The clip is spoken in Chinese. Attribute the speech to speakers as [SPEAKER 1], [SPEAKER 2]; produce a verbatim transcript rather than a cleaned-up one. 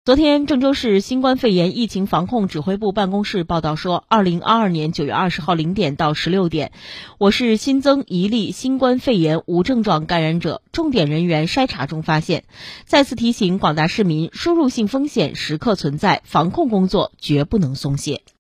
[SPEAKER 1] 昨天，郑州市新冠肺炎疫情防控指挥部办公室报道说，二零二二年九月二十号零点到十六点，我市新增一例新冠肺炎无症状感染者，重点人员筛查中发现。再次提醒广大市民，输入性风险时刻存在，防控工作绝不能松懈。